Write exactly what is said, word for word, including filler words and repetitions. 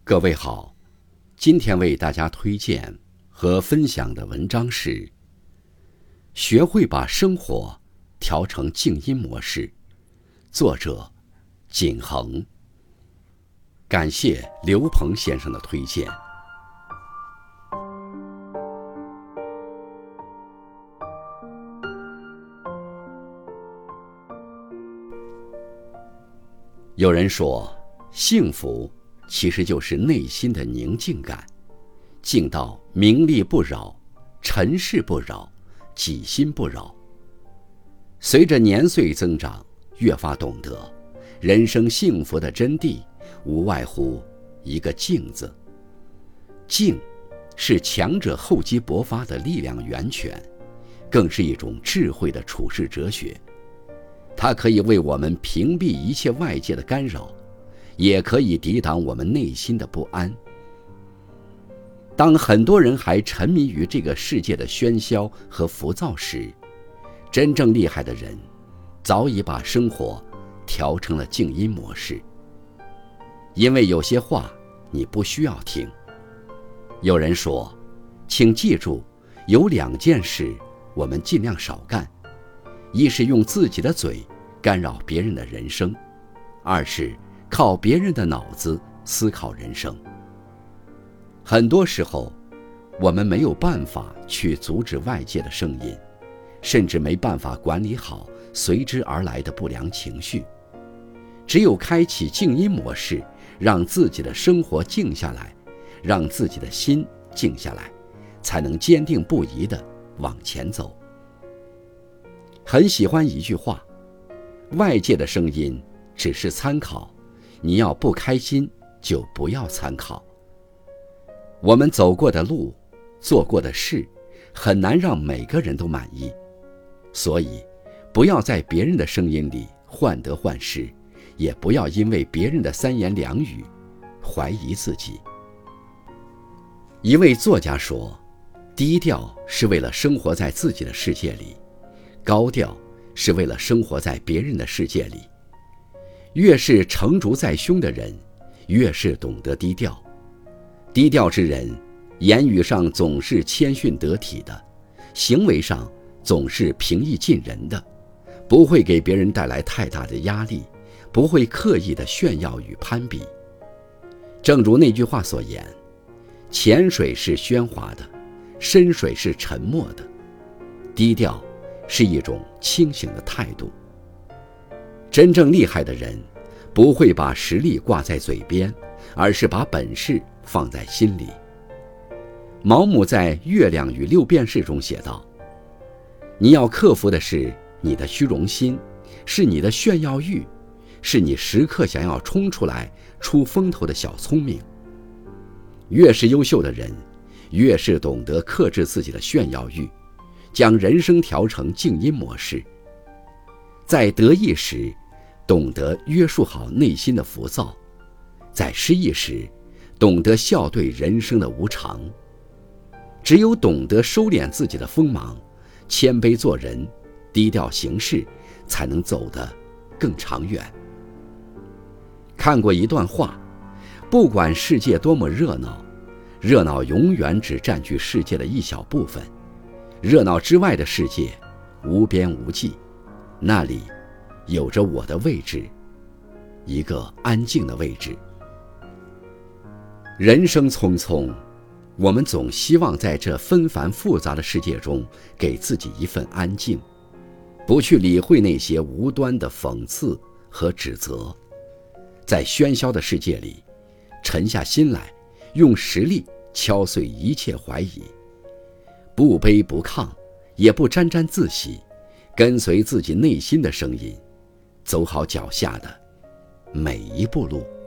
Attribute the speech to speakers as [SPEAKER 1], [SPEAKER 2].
[SPEAKER 1] 各位好，今天为大家推荐和分享的文章是学会把生活调成静音模式，作者景恒。感谢刘鹏先生的推荐。有人说，幸福其实就是内心的宁静感，静到名利不扰，尘世不扰，己心不扰。随着年岁增长，越发懂得人生幸福的真谛无外乎一个静字。静是强者厚积薄发的力量源泉，更是一种智慧的处世哲学。它可以为我们屏蔽一切外界的干扰，也可以抵挡我们内心的不安。当很多人还沉迷于这个世界的喧嚣和浮躁时，真正厉害的人早已把生活调成了静音模式。因为有些话你不需要听。有人说，请记住，有两件事我们尽量少干，一是用自己的嘴干扰别人的人生，二是靠别人的脑子思考人生。很多时候，我们没有办法去阻止外界的声音，甚至没办法管理好随之而来的不良情绪。只有开启静音模式，让自己的生活静下来，让自己的心静下来，才能坚定不移地往前走。很喜欢一句话，外界的声音只是参考，你要不开心就不要参考。我们走过的路，做过的事，很难让每个人都满意，所以不要在别人的声音里患得患失，也不要因为别人的三言两语怀疑自己。一位作家说，低调是为了生活在自己的世界里，高调是为了生活在别人的世界里。越是成竹在胸的人，越是懂得低调。低调之人，言语上总是谦逊得体的，行为上总是平易近人的，不会给别人带来太大的压力，不会刻意的炫耀与攀比。正如那句话所言，浅水是喧哗的，深水是沉默的。低调是一种清醒的态度。真正厉害的人，不会把实力挂在嘴边，而是把本事放在心里。毛姆在《月亮与六便士》中写道，你要克服的是你的虚荣心，是你的炫耀欲，是你时刻想要冲出来出风头的小聪明。越是优秀的人，越是懂得克制自己的炫耀欲，将人生调成静音模式。在得意时，懂得约束好内心的浮躁；在失意时，懂得笑对人生的无常。只有懂得收敛自己的锋芒，谦卑做人，低调行事，才能走得更长远。看过一段话，不管世界多么热闹，热闹永远只占据世界的一小部分，热闹之外的世界无边无际，那里有着我的位置，一个安静的位置。人生匆匆，我们总希望在这纷繁复杂的世界中给自己一份安静，不去理会那些无端的讽刺和指责。在喧嚣的世界里，沉下心来，用实力敲碎一切怀疑，不卑不亢，也不沾沾自喜，跟随自己内心的声音，走好脚下的每一步路。